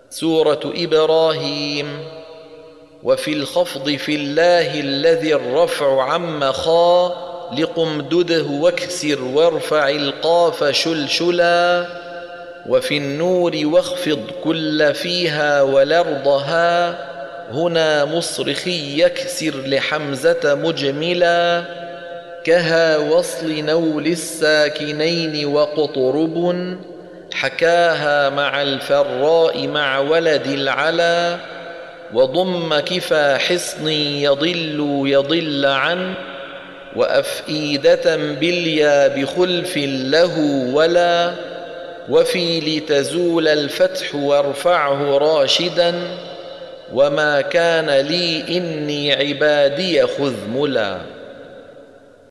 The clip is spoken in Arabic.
سورة إبراهيم. وفي الخفض في الله الذي الرفع عم خا لقمدده واكسر وارفع القاف شلشلا. وفي النور واخفض كل فيها والأرضها هنا مصرخي يكسر لحمزة مجملا. كها وصل نول الساكنين وقطرب حكاها مع الفراء مع ولد العلا. وضم كفى حصن يضل عن وأفئدة باليا بخلف له ولا. وفي لتزول الفتح وارفعه راشدا وما كان لي إني عبادي خذ ملا.